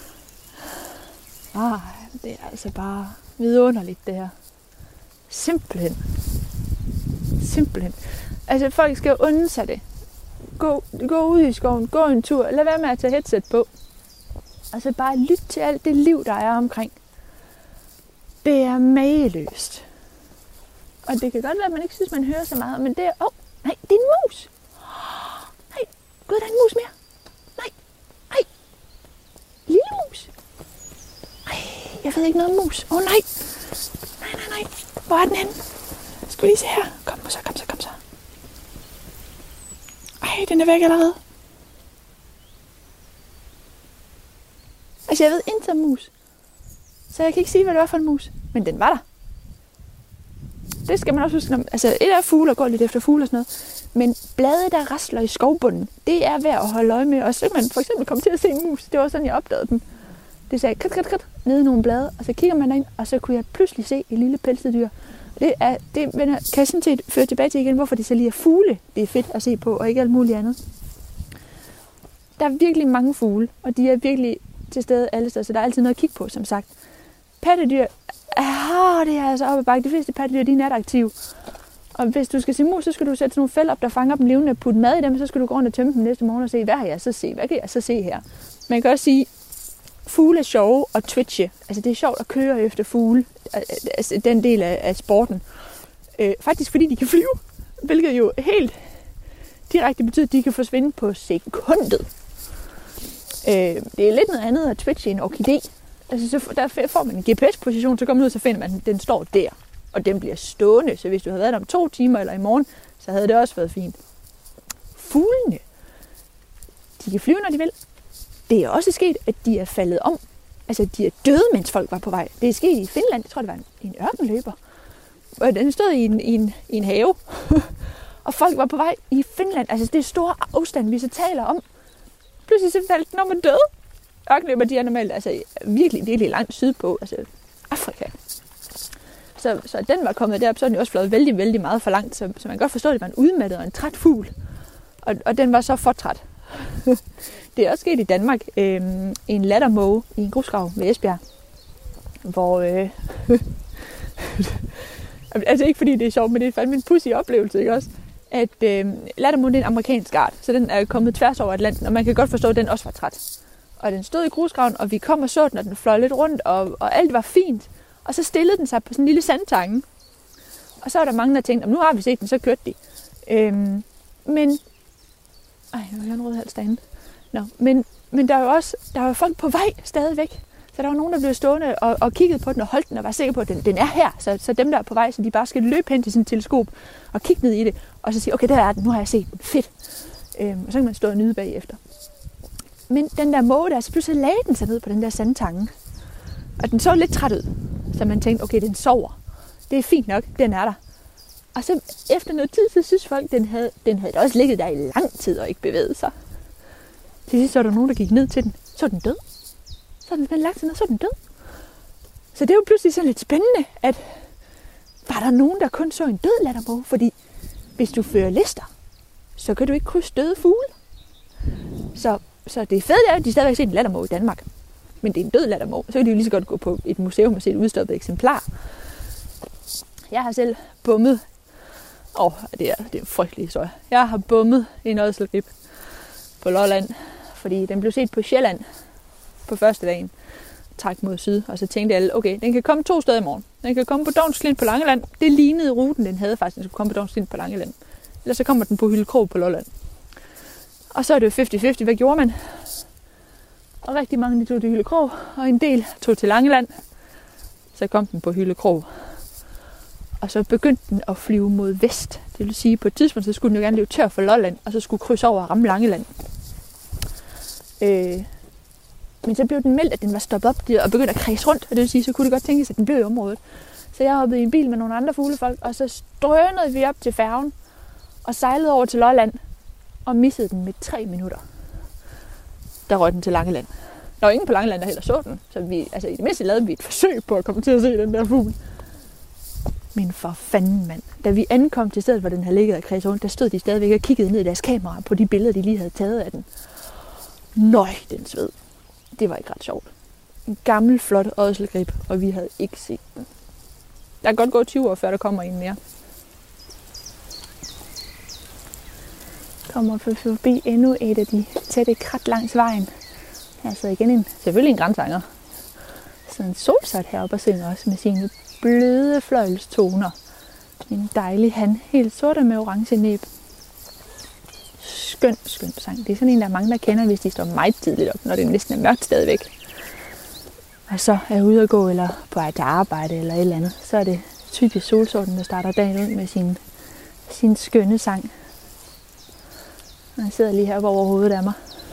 Ah, det er altså bare vidunderligt, det her. Simpelthen. Simpelthen. Altså, folk skal unde sig det. Gå, gå ud i skoven, gå en tur, lad være med at tage headset på. Og så bare lyt til alt det liv, der er omkring. Det er mageløst. Og det kan godt være, at man ikke synes, man hører så meget, men det er... Åh, oh, nej, det er en mus! Nej, gud, der er en mus mere. Nej, nej. Lille mus. Nej, jeg ved ikke noget om mus. Åh, oh, nej. Nej, nej, nej. Hvor er den henne? Skal vi lige se her. Kom så, kom så, kom så. Ej, den er væk allerede. Altså, jeg ved intet om mus. Så jeg kan ikke sige, hvad det var for en mus. Men den var der. Det skal man også huske. Altså, et er fugle og går lidt efter fugle og sådan noget. Men blade, der rasler i skovbunden, det er værd at holde øje med. Og så kan man for eksempel komme til at se en mus. Det var sådan, jeg opdagede den. Det sagde krit, krit, krit, nede i nogle blade, og så kigger man derind, og så kunne jeg pludselig se et lille pelset dyr. Det, er, det kan jeg sådan set føre tilbage til igen, hvorfor det så lige er fugle, det er fedt at se på, og ikke alt muligt andet. Der er virkelig mange fugle, og de er virkelig til stede alle steder, så der er altid noget at kigge på, som sagt. Pattedyr, ah, det er altså oppe ad bakke. De fleste pattedyr, de er nataktive. Og hvis du skal se mus, så skal du sætte sådan nogle fælder op, der fanger dem levende og putte mad i dem, så skal du gå rundt og tømme dem næste morgen og se, hvad har jeg så se? Hvad kan jeg så se her? Man kan også sige, fugle er sjove og twitche. Altså det er sjovt at køre efter fugle, altså den del af, af sporten. Øh, faktisk fordi de kan flyve, hvilket jo helt direkte betyder, at de kan forsvinde på sekundet. Øh, det er lidt noget andet at twitche en orkidé. Altså så der får man en G P S-position, så kommer man ud, så finder man, at den står der. Og den bliver stående, så hvis du havde været der om to timer eller i morgen, så havde det også været fint. Fuglene, de kan flyve, når de vil. Det er også sket, at de er faldet om. Altså, de er døde, mens folk var på vej. Det er sket i Finland, jeg tror, det var en, en ørkenløber. Og den stod i en, i en, i en have. Og folk var på vej i Finland. Altså, det er store afstand, vi så taler om. Pludselig så faldt den om og døde. Ørkenløber, de er normalt altså, virkelig, virkelig langt sydpå. Altså, Afrika. Så, så den var kommet derop, så er den jo også fløjet vældig, vældig meget for langt. Så, så man kan godt forstå, at det var en udmattet og en træt fugl. Og, og den var så for træt. Det er også sket i Danmark. Øh, en lattermåge i en grusgrav ved Esbjerg. Hvor... Øh, altså ikke fordi det er sjovt, men det er fandme en pudsig oplevelse, ikke også? At øh, lattermågen er en amerikansk art, så den er kommet tværs over Atlanten, og man kan godt forstå, at den også var træt. Og den stod i grusgraven, og vi kom og så den, og den fløj lidt rundt, og, og alt var fint. Og så stillede den sig på sådan en lille sandtange. Og så var der mange, der tænkte, nu har vi set den, så kørte de. Øhm, men... Ej, jeg vil have en rødhals derinde. Nå, men, men der er jo også der er jo folk på vej stadigvæk. Så der var nogen, der blev stående og, og kiggede på den og holdt den og var sikker på, at den, den er her. Så, så dem, der er på vej, så de bare skal løbe hen til sin teleskop og kigge ned i det. Og så sige, okay, der er den, nu har jeg set den. Fedt. Øhm, og så kan man stå og nyde bagefter. Men den der måge der, så pludselig lagde den sig ned på den der sandtange. Og den så lidt træt ud. Så man tænkte, okay, den sover. Det er fint nok, den er der. Og så efter noget tid, så synes folk, den havde, den havde også ligget der i lang tid og ikke bevæget sig. Til sidst så var der nogen, der gik ned til den. Så er den død. Så er den lagt sig ned, så er den død. Så det er jo pludselig sådan lidt spændende, at var der nogen, der kun så en død lattermåge? Fordi hvis du fører lister, så kan du ikke krydse døde fugle. Så, så det fede er, at de stadigvæk har set en lattermåge i Danmark. Men det er en død lattermåge. Så kan de jo lige så godt gå på et museum og se et udstoppet eksemplar. Jeg har selv bummet. Åh, oh, det er, det er en frygtelig historie. Jeg har bummet en ådselgrib på Lolland, fordi den blev set på Sjælland på første dagen. Træk mod syd, og så tænkte alle, okay, den kan komme to steder i morgen. Den kan komme på Dovns Klint på Langeland. Det lignede ruten, den havde faktisk, den skulle komme på Dovns Klint på Langeland. Eller så kommer den på Hyllekrog på Lolland. Og så er det jo halvtreds halvtreds. Hvad gjorde man? Og rigtig mange de tog til Hyllekrog, og en del tog til Langeland. Så kom den på Hyllekrog. Og så begyndte den at flyve mod vest. Det vil sige, på et tidspunkt, så skulle den jo gerne løbe tør for Lolland, og så skulle krydse over og ramme Langeland. Øh, men så blev den meldt, at den var stoppet op og begyndte at kredse rundt. Og det vil sige, så kunne det godt tænkes, at den blev i området. Så jeg hoppede i en bil med nogle andre fuglefolk, og så strønede vi op til færgen og sejlede over til Lolland og missede den med tre minutter. Der røg den til Langeland. Der var ingen på Langeland, der heller så den. Så vi, altså, i det mindste lavede vi et forsøg på at komme til at se den der fugl. Men for fanden, mand. Da vi ankom til stedet, hvor den havde ligget og kredset rundt, der stod de stadigvæk og kiggede ned i deres kamera på de billeder, de lige havde taget af den. Nøj, den sved. Det var ikke ret sjovt. En gammel, flot ådselgrib, og vi havde ikke set den. Der er godt gået tyve år, før der kommer en mere. Kommer forbi endnu et af de tætte krat langs vejen. Her sidder igen en, selvfølgelig en grænsanger. Sådan en solsat heroppe og synger også med sine bløde fløjlstoner. En dejlig han, helt sorte med orange næb. Skøn, skøn sang. Det er sådan en, der er mange, der kender, hvis de står meget tidligt op, når det næsten er mørkt stadigvæk. Og så er ude at gå, eller på vej til arbejde, eller et eller andet. Så er det typisk solsorten, der starter dagen ud med sin, sin skønne sang. Han sidder lige heroppe over hovedet af mig.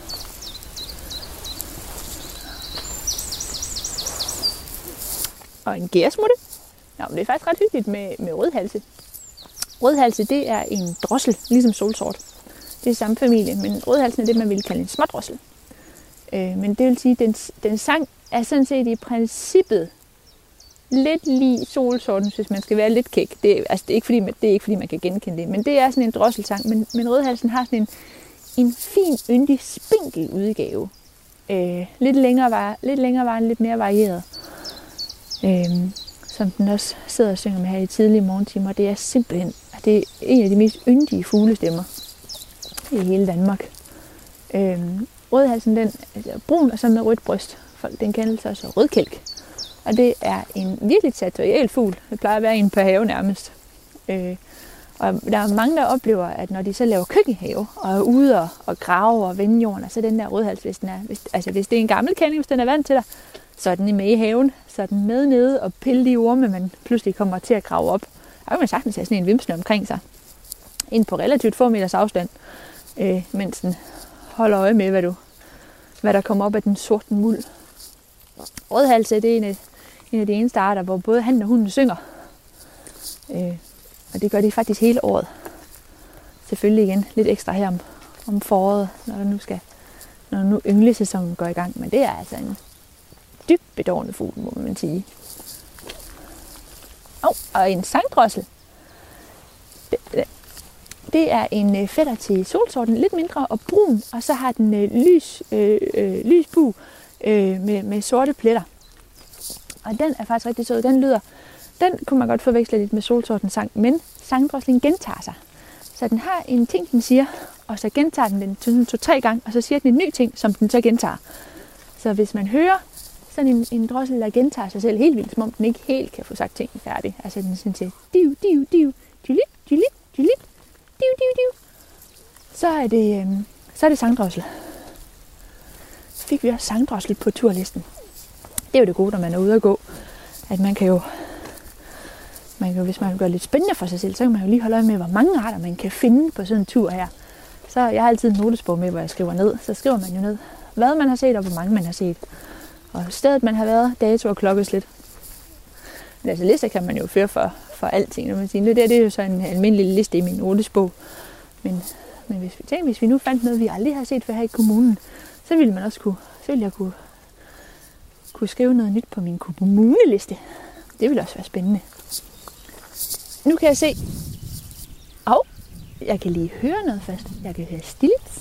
Og en gærsmutte. Ja, men det er faktisk ret hyggeligt med, med rødhalse. Rødhalse, det er en drossel, ligesom solsort. Det er samme familie, men rødhalsen er det, man ville kalde en smådrossel. Øh, men det vil sige, at den, den sang er sådan set i princippet lidt lige solsorten, hvis man skal være lidt kæk. Det er, altså, det er, ikke, fordi, man, det er ikke fordi, man kan genkende det, men det er sådan en drosselsang. Men, men rødhalsen har sådan en, en fin, yndig, spinkel udgave. Øh, lidt længere var, lidt længere var lidt mere varieret. Øh, som den også sidder og synger med her i tidlige morgentimer. Det er simpelthen det er en af de mest yndige fuglestemmer i hele Danmark. Øh, rødhalsen, den er brun og så med rødt bryst. Folk, den kaldes også rødkælk. Og det er en virkelig territorial fugl. Det plejer at være en per have nærmest. Øh, og der er mange, der oplever, at når de så laver køkkenhave og er ude og, og grave og vende jorden, så den der rødhals, hvis, den er, hvis, altså hvis det er en gammel kending, hvis den er vant til dig, så er den med i haven, så er den med nede og pille de orme, man pludselig kommer til at grave op. Der kan man sagtens have sådan en vimsende omkring sig. Ind på relativt få meters afstand, øh, mens den holder øje med, hvad, du, hvad der kommer op af den sorte muld. Rødhalse, det er en af, en af de eneste arter, hvor både han og hunden synger. Øh, og det gør de faktisk hele året. Selvfølgelig igen lidt ekstra her om, om foråret, når der nu skal, når nu ynglesæsonen går i gang. Men det er altså en dybt bedårende fugl, må man sige. Oh, og en sangdrossel. Det, det, det er en fætter til solsorten, lidt mindre og brun, og så har den øh, lys, øh, øh, lys bug øh, med, med sorte pletter. Og den er faktisk rigtig sød. Den lyder, den kunne man godt forveksle lidt med solsortens sang, men sangdroslen gentager sig. Så den har en ting, den siger, og så gentager den den sådan to-tre gange, og så siger den en ny ting, som den så gentager. Så hvis man hører sådan en, en drossel, der gentager sig selv helt vildt, som om den ikke helt kan få sagt tingene færdigt. Altså den sådan siger, div, div, div, dilit, dilit, dilit, div, div, div. Så er det, øhm, så er det sangdrossel. Så fik vi også sangdrossel på turlisten. Det er jo det gode, når man er ude at gå, at man kan jo, man kan jo, hvis man vil gøre det lidt spændende for sig selv, så kan man jo lige holde øje med, hvor mange arter man kan finde på sådan en tur her. Så jeg har altid en notesbog med, hvor jeg skriver ned. Så skriver man jo ned, hvad man har set, og hvor mange man har set. Og stedet man har været, dato og klokkeslæt. Men altså lister kan man jo føre for, for alting, når man siger. Det der, det er jo så en almindelig liste i min notesbog. Men, men hvis vi tænker, hvis vi nu fandt noget, vi aldrig har set før her i kommunen, så ville man også kunne, så ville jeg kunne, kunne skrive noget nyt på min kommuneliste. Det ville også være spændende. Nu kan jeg se. Og jeg kan lige høre noget først. Jeg kan høre stillits.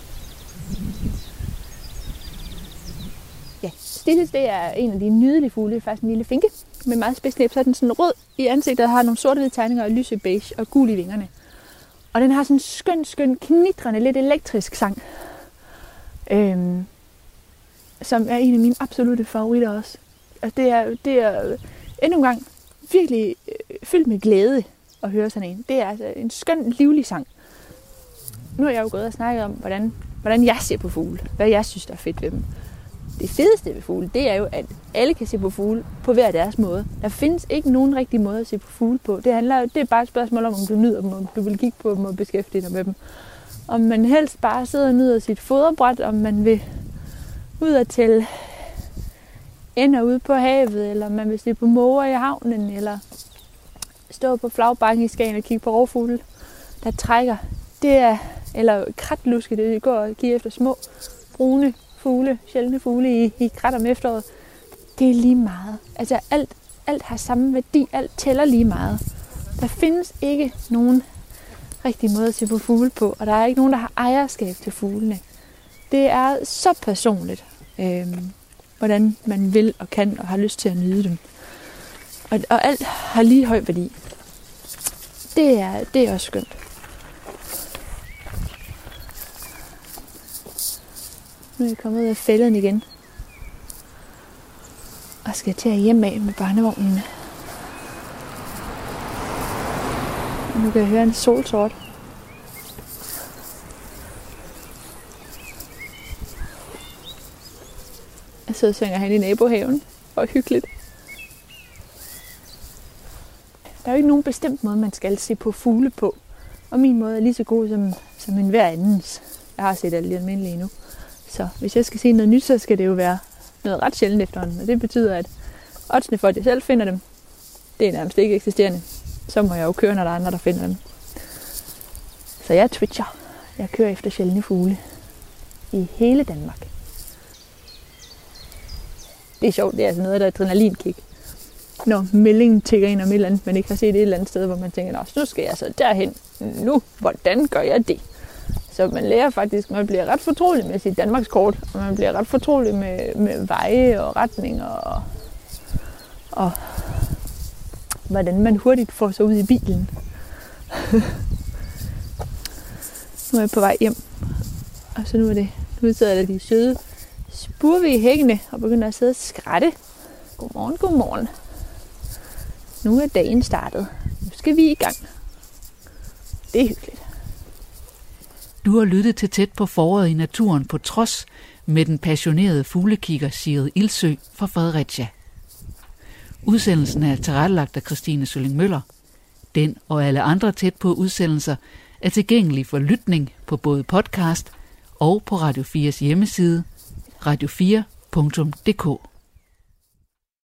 Ja, stillits, det er en af de nydelige fugle. Det er faktisk en lille finke med meget spidsnæb. Så er den sådan rød i ansigtet og har nogle sorte-hvide tegninger og lyse beige og gul i vingerne. Og den har sådan en skøn, skøn, knitrende, lidt elektrisk sang. Øhm, som er en af mine absolutte favoritter også. Altså det er, det er endnu en gang virkelig øh, fyldt med glæde at høre sådan en. Det er altså en skøn, livlig sang. Nu er jeg jo gået og snakket om, hvordan, hvordan jeg ser på fugle. Hvad jeg synes, der er fedt ved dem. Det fedeste ved fugle, det er jo, at alle kan se på fugle på hver deres måde. Der findes ikke nogen rigtig måde at se på fugle på. Det, handler, det er bare et spørgsmål om, om du nyder dem, om du vil kigge på dem og beskæftige dig med dem. Om man helst bare sidder og nyder sit foderbræt, om man vil ud og tælle ender ude på havet, eller man vil se på måger i havnen, eller stå på flagbakken i Skagen og kigge på rovfugle, der trækker. Det er, eller kratluske, det går og kigge efter små, brune fugle, sjældne fugle i, i krat om efteråret. Det er lige meget. Altså alt, alt har samme værdi, alt tæller lige meget. Der findes ikke nogen rigtig måde at se på fugle på, og der er ikke nogen, der har ejerskab til fuglene. Det er så personligt, øh, hvordan man vil og kan og har lyst til at nyde dem. Og, og alt har lige høj værdi. Det er, det er også skønt. Nu er jeg kommet ud af fælden igen. Og skal til at hjem af med barnevognen. Og nu kan jeg høre en solsort. Jeg sidder og synger hen i nabohaven. Og hyggeligt. Der er jo ikke nogen bestemt måde, man skal se på fugle på. Og min måde er lige så god som, som en hver andens. Jeg har set alt det almindelige nu. Så hvis jeg skal se noget nyt, så skal det jo være noget ret sjældent efterhånden. Og det betyder, at oddsene for, at jeg selv finder dem, det er nærmest ikke eksisterende. Så må jeg jo køre, når der er andre, der finder dem. Så jeg twitcher. Jeg kører efter sjældne fugle i hele Danmark. Det er sjovt, det er altså noget, der er adrenalinkick. Når meldingen tigger ind om et eller andet, man ikke har set et eller andet sted, hvor man tænker, nu skal jeg så derhen. Nu, hvordan gør jeg det? Så man lærer faktisk, man bliver ret fortrolig med sit Danmarkskort, og man bliver ret fortrolig med, med veje og retninger, og, og hvordan man hurtigt får sig ud i bilen. Nu er jeg på vej hjem, og så nu er det, nu sidder der de søde spurve i hækkene, og begynder at sidde og skrætte. Godmorgen, godmorgen. Nu er dagen startet. Nu skal vi i gang. Det er hyggeligt. Du har lyttet til Tæt på foråret i naturen på trods med den passionerede fuglekigger Sigrid Ildsø fra Fredericia. Udsendelsen er tilrettelagt af Christine Sølling Møller. Den og alle andre Tæt på udsendelser er tilgængelige for lytning på både podcast og på Radio fires hjemmeside radio fire punktum d k.